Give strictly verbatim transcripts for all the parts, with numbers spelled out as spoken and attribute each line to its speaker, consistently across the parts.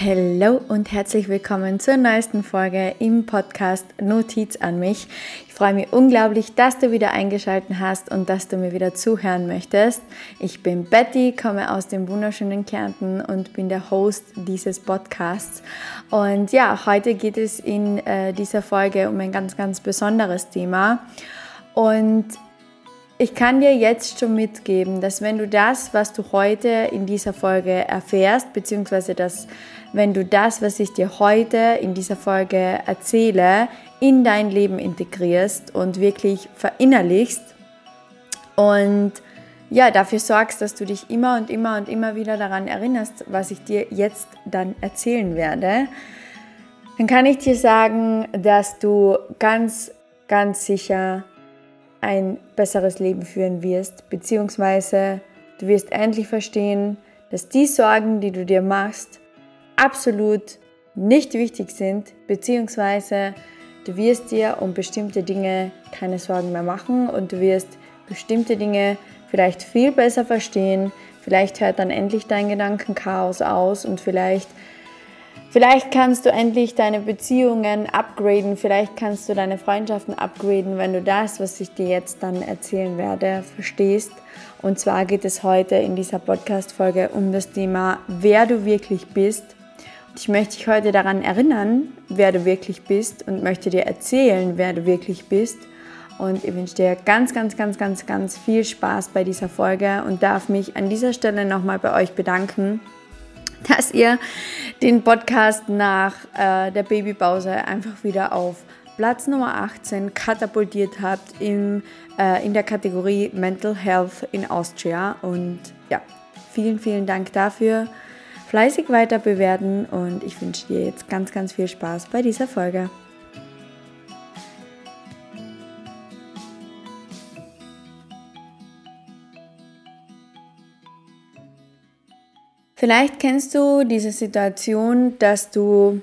Speaker 1: Hallo und herzlich willkommen zur neuesten Folge im Podcast Notiz an mich. Ich freue mich unglaublich, dass du wieder eingeschaltet hast und dass du mir wieder zuhören möchtest. Ich bin Betty, komme aus dem wunderschönen Kärnten und bin der Host dieses Podcasts. Und ja, heute geht es in äh, dieser Folge um ein ganz, ganz besonderes Thema. Und ich kann dir jetzt schon mitgeben, dass wenn du das, was du heute in dieser Folge erfährst, beziehungsweise das, wenn du das, was ich dir heute in dieser Folge erzähle, in dein Leben integrierst und wirklich verinnerlichst und ja, dafür sorgst, dass du dich immer und immer und immer wieder daran erinnerst, was ich dir jetzt dann erzählen werde, dann kann ich dir sagen, dass du ganz, ganz sicher ein besseres Leben führen wirst, beziehungsweise du wirst endlich verstehen, dass die Sorgen, die du dir machst, absolut nicht wichtig sind, beziehungsweise du wirst dir um bestimmte Dinge keine Sorgen mehr machen und du wirst bestimmte Dinge vielleicht viel besser verstehen, vielleicht hört dann endlich dein Gedankenchaos aus und vielleicht Vielleicht kannst du endlich deine Beziehungen upgraden, vielleicht kannst du deine Freundschaften upgraden, wenn du das, was ich dir jetzt dann erzählen werde, verstehst. Und zwar geht es heute in dieser Podcast-Folge um das Thema, wer du wirklich bist. Und ich möchte dich heute daran erinnern, wer du wirklich bist und möchte dir erzählen, wer du wirklich bist. Und ich wünsche dir ganz, ganz, ganz, ganz, ganz viel Spaß bei dieser Folge und darf mich an dieser Stelle nochmal bei euch bedanken, dass ihr den Podcast nach äh, der Babypause einfach wieder auf Platz Nummer achtzehn katapultiert habt im, äh, in der Kategorie Mental Health in Austria. Und ja, vielen, vielen Dank dafür. Fleißig weiter bewerten und ich wünsche dir jetzt ganz, ganz viel Spaß bei dieser Folge. Vielleicht kennst du diese Situation, dass du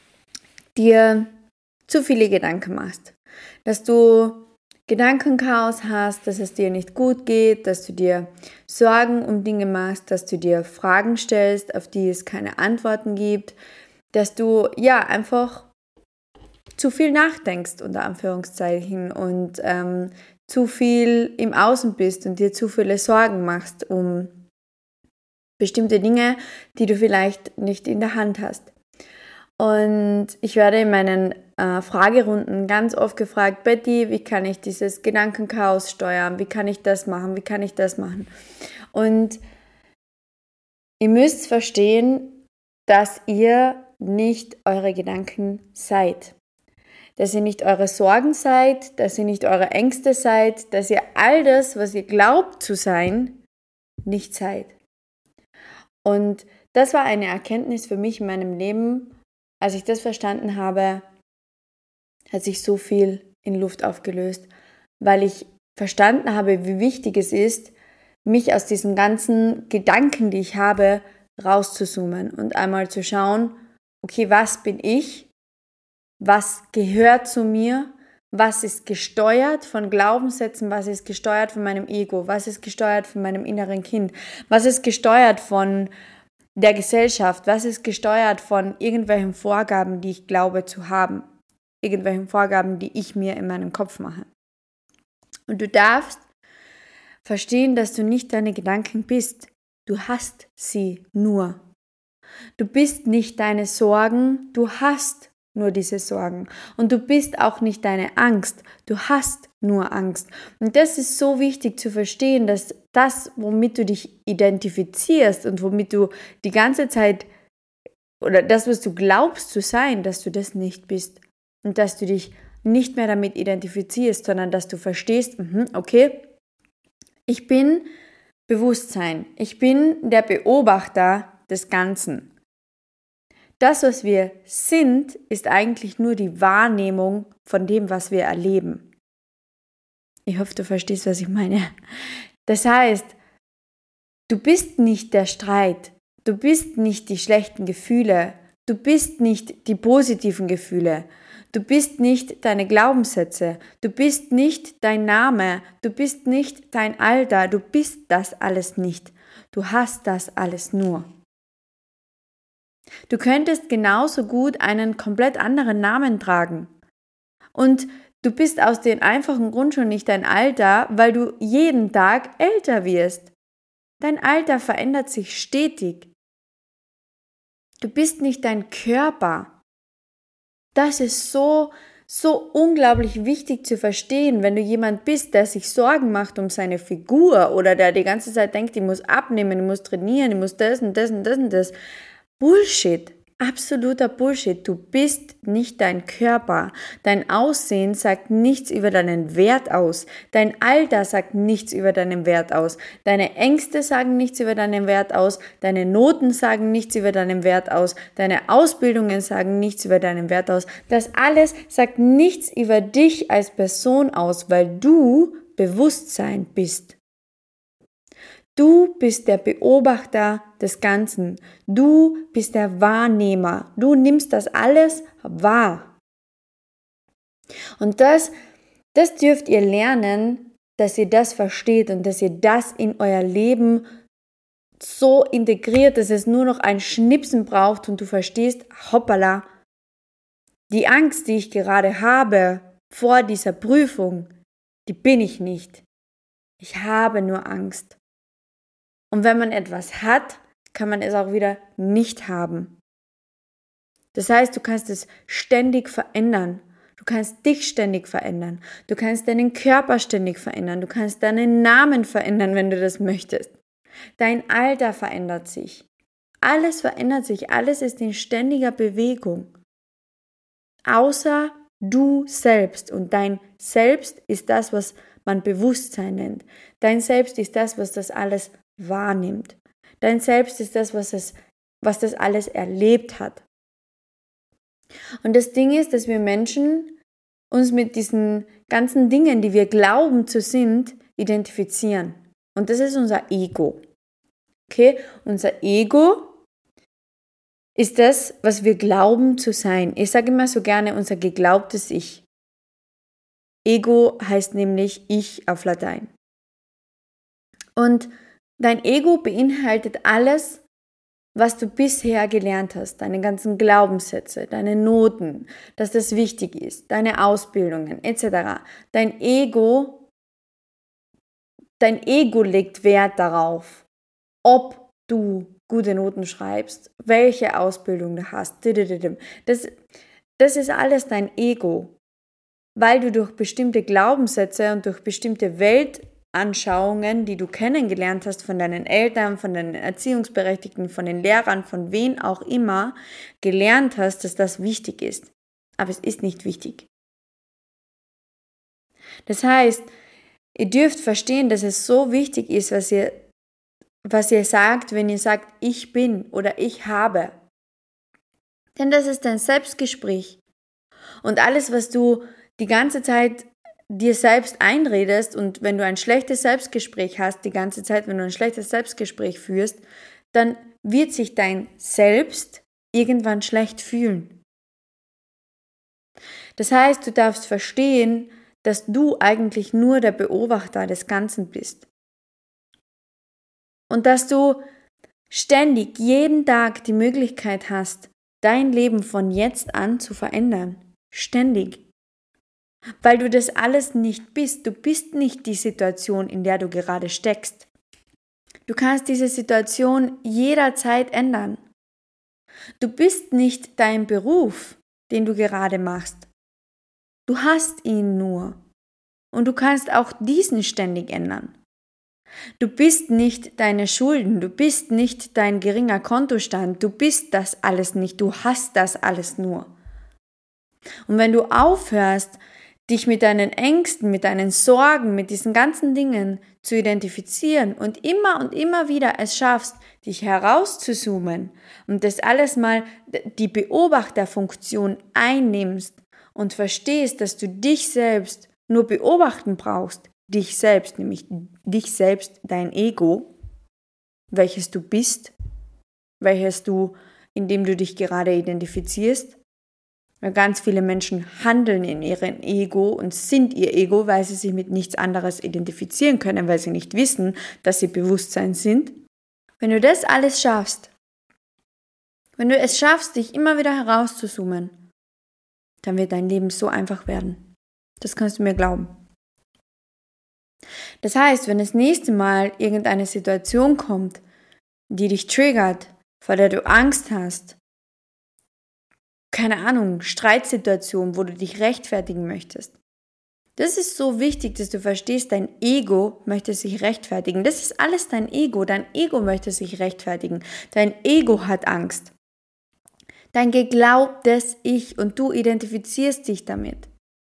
Speaker 1: dir zu viele Gedanken machst, dass du Gedankenchaos hast, dass es dir nicht gut geht, dass du dir Sorgen um Dinge machst, dass du dir Fragen stellst, auf die es keine Antworten gibt, dass du ja einfach zu viel nachdenkst, unter Anführungszeichen, und ähm, zu viel im Außen bist und dir zu viele Sorgen machst um bestimmte Dinge, die du vielleicht nicht in der Hand hast. Und ich werde in meinen äh, Fragerunden ganz oft gefragt, Betty, wie kann ich dieses Gedankenchaos steuern? Wie kann ich das machen? Wie kann ich das machen? Und ihr müsst verstehen, dass ihr nicht eure Gedanken seid. Dass ihr nicht eure Sorgen seid, dass ihr nicht eure Ängste seid, dass ihr all das, was ihr glaubt zu sein, nicht seid. Und das war eine Erkenntnis für mich in meinem Leben. Als ich das verstanden habe, hat sich so viel in Luft aufgelöst, weil ich verstanden habe, wie wichtig es ist, mich aus diesen ganzen Gedanken, die ich habe, rauszuzoomen und einmal zu schauen, okay, was bin ich? Was gehört zu mir? Was ist gesteuert von Glaubenssätzen? Was ist gesteuert von meinem Ego? Was ist gesteuert von meinem inneren Kind? Was ist gesteuert von der Gesellschaft? Was ist gesteuert von irgendwelchen Vorgaben, die ich glaube zu haben? Irgendwelchen Vorgaben, die ich mir in meinem Kopf mache. Und du darfst verstehen, dass du nicht deine Gedanken bist. Du hast sie nur. Du bist nicht deine Sorgen, du hast nur diese Sorgen. Und du bist auch nicht deine Angst, du hast nur Angst. Und das ist so wichtig zu verstehen, dass das, womit du dich identifizierst und womit du die ganze Zeit, oder das, was du glaubst zu sein, dass du das nicht bist. Und dass du dich nicht mehr damit identifizierst, sondern dass du verstehst, okay, ich bin Bewusstsein, ich bin der Beobachter des Ganzen. Das, was wir sind, ist eigentlich nur die Wahrnehmung von dem, was wir erleben. Ich hoffe, du verstehst, was ich meine. Das heißt, du bist nicht der Streit, du bist nicht die schlechten Gefühle, du bist nicht die positiven Gefühle, du bist nicht deine Glaubenssätze, du bist nicht dein Name, du bist nicht dein Alter, du bist das alles nicht. Du hast das alles nur. Du könntest genauso gut einen komplett anderen Namen tragen. Und du bist aus dem einfachen Grund schon nicht dein Alter, weil du jeden Tag älter wirst. Dein Alter verändert sich stetig. Du bist nicht dein Körper. Das ist so, so unglaublich wichtig zu verstehen, wenn du jemand bist, der sich Sorgen macht um seine Figur oder der die ganze Zeit denkt, ich muss abnehmen, ich muss trainieren, ich muss das und das und das und das. Bullshit. Absoluter Bullshit. Du bist nicht dein Körper. Dein Aussehen sagt nichts über deinen Wert aus. Dein Alter sagt nichts über deinen Wert aus. Deine Ängste sagen nichts über deinen Wert aus. Deine Noten sagen nichts über deinen Wert aus. Deine Ausbildungen sagen nichts über deinen Wert aus. Das alles sagt nichts über dich als Person aus, weil du Bewusstsein bist. Du bist der Beobachter des Ganzen. Du bist der Wahrnehmer. Du nimmst das alles wahr. Und das, das dürft ihr lernen, dass ihr das versteht und dass ihr das in euer Leben so integriert, dass es nur noch ein Schnipsen braucht und du verstehst, hoppala, die Angst, die ich gerade habe vor dieser Prüfung, die bin ich nicht. Ich habe nur Angst. Und wenn man etwas hat, kann man es auch wieder nicht haben. Das heißt, du kannst es ständig verändern. Du kannst dich ständig verändern. Du kannst deinen Körper ständig verändern. Du kannst deinen Namen verändern, wenn du das möchtest. Dein Alter verändert sich. Alles verändert sich. Alles ist in ständiger Bewegung. Außer du selbst. Und dein Selbst ist das, was man Bewusstsein nennt. Dein Selbst ist das, was das alles wahrnimmt. Dein Selbst ist das, was, es, was das alles erlebt hat. Und das Ding ist, dass wir Menschen uns mit diesen ganzen Dingen, die wir glauben zu sind, identifizieren. Und das ist unser Ego. Okay? Unser Ego ist das, was wir glauben zu sein. Ich sage immer so gerne unser geglaubtes Ich. Ego heißt nämlich Ich auf Latein. Und dein Ego beinhaltet alles, was du bisher gelernt hast, deine ganzen Glaubenssätze, deine Noten, dass das wichtig ist, deine Ausbildungen et cetera. Dein Ego, dein Ego legt Wert darauf, ob du gute Noten schreibst, welche Ausbildung du hast. Das, das ist alles dein Ego, weil du durch bestimmte Glaubenssätze und durch bestimmte Weltanschauungen, die du kennengelernt hast von deinen Eltern, von deinen Erziehungsberechtigten, von den Lehrern, von wen auch immer, gelernt hast, dass das wichtig ist. Aber es ist nicht wichtig. Das heißt, ihr dürft verstehen, dass es so wichtig ist, was ihr, was ihr sagt, wenn ihr sagt, ich bin oder ich habe. Denn das ist ein Selbstgespräch. Und alles, was du die ganze Zeit dir selbst einredest und wenn du ein schlechtes Selbstgespräch hast, die ganze Zeit, wenn du ein schlechtes Selbstgespräch führst, dann wird sich dein Selbst irgendwann schlecht fühlen. Das heißt, du darfst verstehen, dass du eigentlich nur der Beobachter des Ganzen bist. Und dass du ständig, jeden Tag die Möglichkeit hast, dein Leben von jetzt an zu verändern. Ständig. Weil du das alles nicht bist. Du bist nicht die Situation, in der du gerade steckst. Du kannst diese Situation jederzeit ändern. Du bist nicht dein Beruf, den du gerade machst. Du hast ihn nur. Und du kannst auch diesen ständig ändern. Du bist nicht deine Schulden, du bist nicht dein geringer Kontostand, du bist das alles nicht, du hast das alles nur. Und wenn du aufhörst, dich mit deinen Ängsten, mit deinen Sorgen, mit diesen ganzen Dingen zu identifizieren und immer und immer wieder es schaffst, dich herauszuzoomen und das alles mal die Beobachterfunktion einnimmst und verstehst, dass du dich selbst nur beobachten brauchst, dich selbst, nämlich dich selbst, dein Ego, welches du bist, welches du, in dem du dich gerade identifizierst. Weil ganz viele Menschen handeln in ihrem Ego und sind ihr Ego, weil sie sich mit nichts anderes identifizieren können, weil sie nicht wissen, dass sie Bewusstsein sind. Wenn du das alles schaffst, Wenn du es schaffst, dich immer wieder herauszuzoomen, dann wird dein Leben so einfach werden. Das kannst du mir glauben. Das heißt, wenn das nächste Mal irgendeine Situation kommt, die dich triggert, vor der du Angst hast, keine Ahnung, Streitsituation, wo du dich rechtfertigen möchtest. Das ist so wichtig, dass du verstehst, dein Ego möchte sich rechtfertigen. Das ist alles dein Ego. Dein Ego möchte sich rechtfertigen. Dein Ego hat Angst. Dein geglaubtes Ich und du identifizierst dich damit.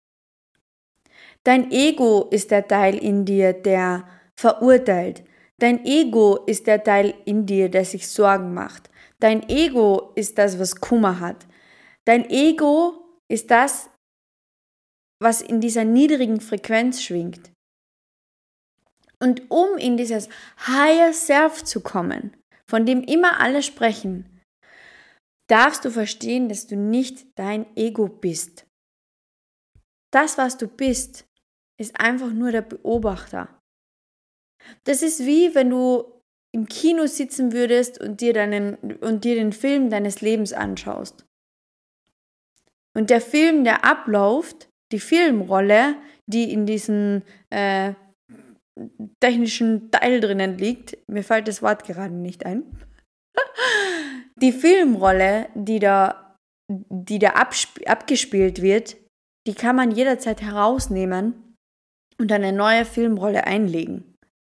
Speaker 1: Dein Ego ist der Teil in dir, der verurteilt. Dein Ego ist der Teil in dir, der sich Sorgen macht. Dein Ego ist das, was Kummer hat. Dein Ego ist das, was in dieser niedrigen Frequenz schwingt. Und um in dieses Higher Self zu kommen, von dem immer alle sprechen, darfst du verstehen, dass du nicht dein Ego bist. Das, was du bist, ist einfach nur der Beobachter. Das ist wie, wenn du im Kino sitzen würdest und dir, deinen, und dir den Film deines Lebens anschaust. Und der Film, der abläuft, die Filmrolle, die in diesem äh, technischen Teil drinnen liegt, mir fällt das Wort gerade nicht ein, die Filmrolle, die da, die da absp- abgespielt wird, die kann man jederzeit herausnehmen und eine neue Filmrolle einlegen.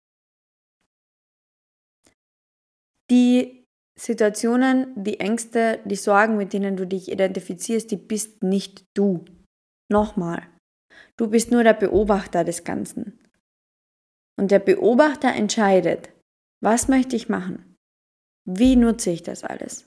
Speaker 1: Die Situationen, die Ängste, die Sorgen, mit denen du dich identifizierst, die bist nicht du. Nochmal, du bist nur der Beobachter des Ganzen. Und der Beobachter entscheidet, was möchte ich machen? Wie nutze ich das alles?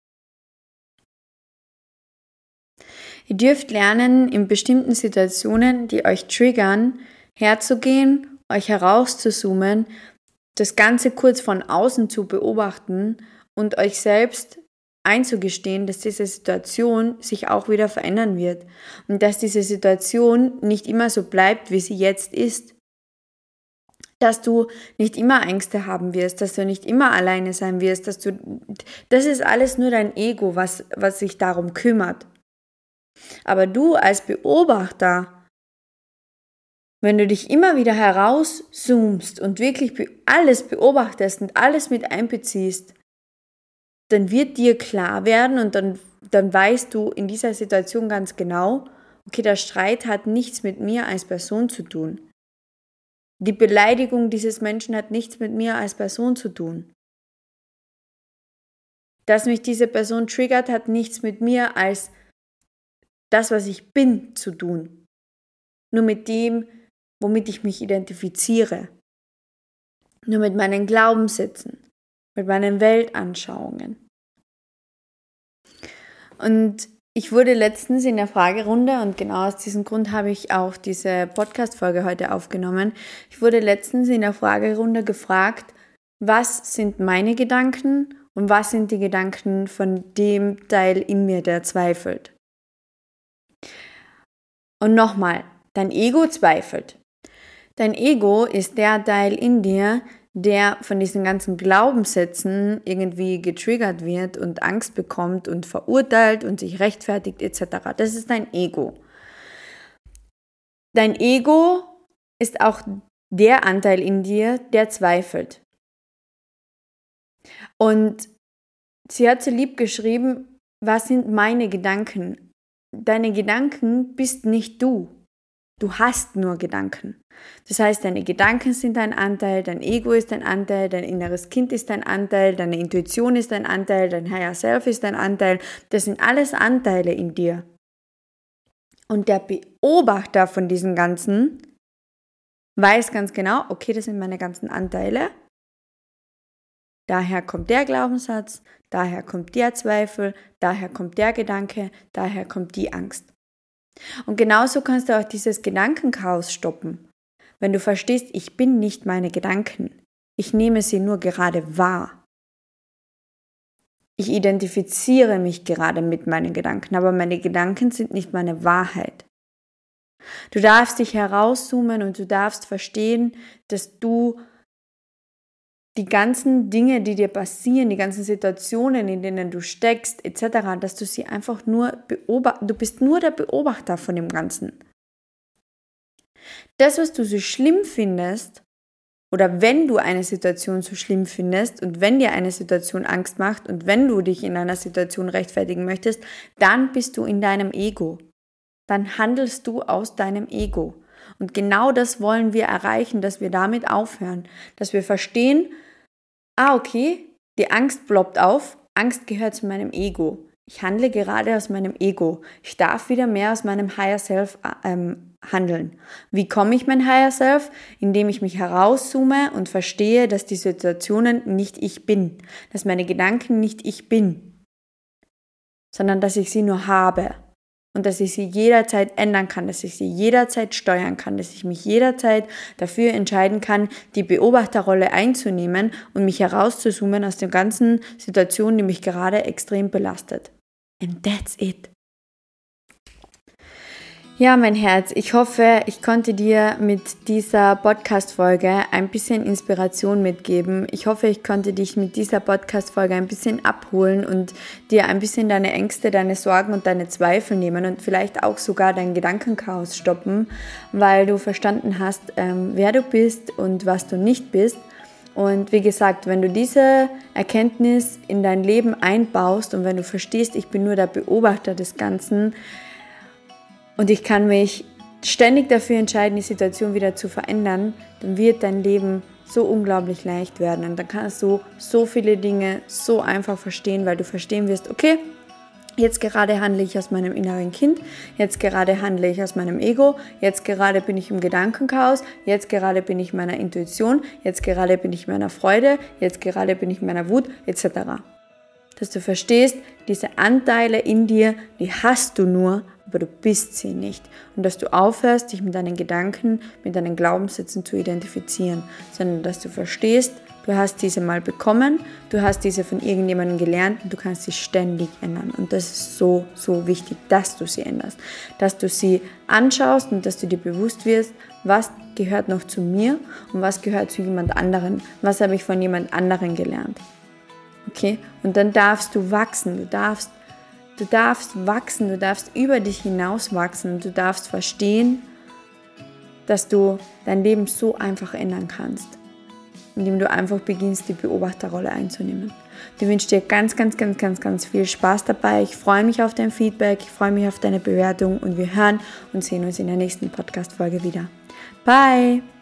Speaker 1: Ihr dürft lernen, in bestimmten Situationen, die euch triggern, herzugehen, euch herauszuzoomen, das Ganze kurz von außen zu beobachten und euch selbst einzugestehen, dass diese Situation sich auch wieder verändern wird und dass diese Situation nicht immer so bleibt, wie sie jetzt ist. Dass du nicht immer Ängste haben wirst, dass du nicht immer alleine sein wirst, dass du, das ist alles nur dein Ego, was, was sich darum kümmert. Aber du als Beobachter, wenn du dich immer wieder herauszoomst und wirklich alles beobachtest und alles mit einbeziehst, dann wird dir klar werden und dann, dann weißt du in dieser Situation ganz genau, okay, der Streit hat nichts mit mir als Person zu tun. Die Beleidigung dieses Menschen hat nichts mit mir als Person zu tun. Dass mich diese Person triggert, hat nichts mit mir als das, was ich bin, zu tun. Nur mit dem, womit ich mich identifiziere. Nur mit meinen Glaubenssätzen, mit meinen Weltanschauungen. Und ich wurde letztens in der Fragerunde, und genau aus diesem Grund habe ich auch diese Podcast-Folge heute aufgenommen, ich wurde letztens in der Fragerunde gefragt, was sind meine Gedanken und was sind die Gedanken von dem Teil in mir, der zweifelt. Und nochmal, dein Ego zweifelt. Dein Ego ist der Teil in dir, der von diesen ganzen Glaubenssätzen irgendwie getriggert wird und Angst bekommt und verurteilt und sich rechtfertigt et cetera. Das ist dein Ego. Dein Ego ist auch der Anteil in dir, der zweifelt. Und sie hat so lieb geschrieben, was sind meine Gedanken? Deine Gedanken bist nicht du. Du hast nur Gedanken. Das heißt, deine Gedanken sind ein Anteil, dein Ego ist ein Anteil, dein inneres Kind ist ein Anteil, deine Intuition ist ein Anteil, dein Higher Self ist ein Anteil. Das sind alles Anteile in dir. Und der Beobachter von diesen Ganzen weiß ganz genau, okay, das sind meine ganzen Anteile. Daher kommt der Glaubenssatz, daher kommt der Zweifel, daher kommt der Gedanke, daher kommt die Angst. Und genauso kannst du auch dieses Gedankenchaos stoppen. Wenn du verstehst, ich bin nicht meine Gedanken, ich nehme sie nur gerade wahr. Ich identifiziere mich gerade mit meinen Gedanken, aber meine Gedanken sind nicht meine Wahrheit. Du darfst dich herauszoomen und du darfst verstehen, dass du die ganzen Dinge, die dir passieren, die ganzen Situationen, in denen du steckst, et cetera, dass du sie einfach nur beobachtest. Du bist nur der Beobachter von dem Ganzen. Das, was du so schlimm findest, oder wenn du eine Situation so schlimm findest und wenn dir eine Situation Angst macht und wenn du dich in einer Situation rechtfertigen möchtest, dann bist du in deinem Ego. Dann handelst du aus deinem Ego. Und genau das wollen wir erreichen, dass wir damit aufhören, dass wir verstehen, ah, okay, die Angst ploppt auf, Angst gehört zu meinem Ego. Ich handle gerade aus meinem Ego. Ich darf wieder mehr aus meinem Higher Self ähm, handeln. Wie komme ich mein Higher Self? Indem ich mich herauszoome und verstehe, dass die Situationen nicht ich bin, dass meine Gedanken nicht ich bin, sondern dass ich sie nur habe. Und dass ich sie jederzeit ändern kann, dass ich sie jederzeit steuern kann, dass ich mich jederzeit dafür entscheiden kann, die Beobachterrolle einzunehmen und mich herauszuzoomen aus den ganzen Situationen, die mich gerade extrem belastet. And that's it. Ja, mein Herz, ich hoffe, ich konnte dir mit dieser Podcast-Folge ein bisschen Inspiration mitgeben. Ich hoffe, ich konnte dich mit dieser Podcast-Folge ein bisschen abholen und dir ein bisschen deine Ängste, deine Sorgen und deine Zweifel nehmen und vielleicht auch sogar dein Gedankenchaos stoppen, weil du verstanden hast, ähm, wer du bist und was du nicht bist. Und wie gesagt, wenn du diese Erkenntnis in dein Leben einbaust und wenn du verstehst, ich bin nur der Beobachter des Ganzen, und ich kann mich ständig dafür entscheiden, die Situation wieder zu verändern, dann wird dein Leben so unglaublich leicht werden. Und dann kannst du so viele Dinge so einfach verstehen, weil du verstehen wirst, okay, jetzt gerade handle ich aus meinem inneren Kind, jetzt gerade handle ich aus meinem Ego, jetzt gerade bin ich im Gedankenchaos, jetzt gerade bin ich meiner Intuition, jetzt gerade bin ich meiner Freude, jetzt gerade bin ich meiner Wut, et cetera. Dass du verstehst, diese Anteile in dir, die hast du nur, aber du bist sie nicht. Und dass du aufhörst, dich mit deinen Gedanken, mit deinen Glaubenssätzen zu identifizieren, sondern dass du verstehst, du hast diese mal bekommen, du hast diese von irgendjemandem gelernt und du kannst sie ständig ändern. Und das ist so, so wichtig, dass du sie änderst. Dass du sie anschaust und dass du dir bewusst wirst, was gehört noch zu mir und was gehört zu jemand anderen, was habe ich von jemand anderen gelernt. Okay? Und dann darfst du wachsen, du darfst Du darfst wachsen, du darfst über dich hinaus wachsen, du darfst verstehen, dass du dein Leben so einfach ändern kannst, indem du einfach beginnst, die Beobachterrolle einzunehmen. Ich wünsche dir ganz, ganz, ganz, ganz, ganz viel Spaß dabei. Ich freue mich auf dein Feedback, ich freue mich auf deine Bewertung und wir hören und sehen uns in der nächsten Podcast-Folge wieder. Bye!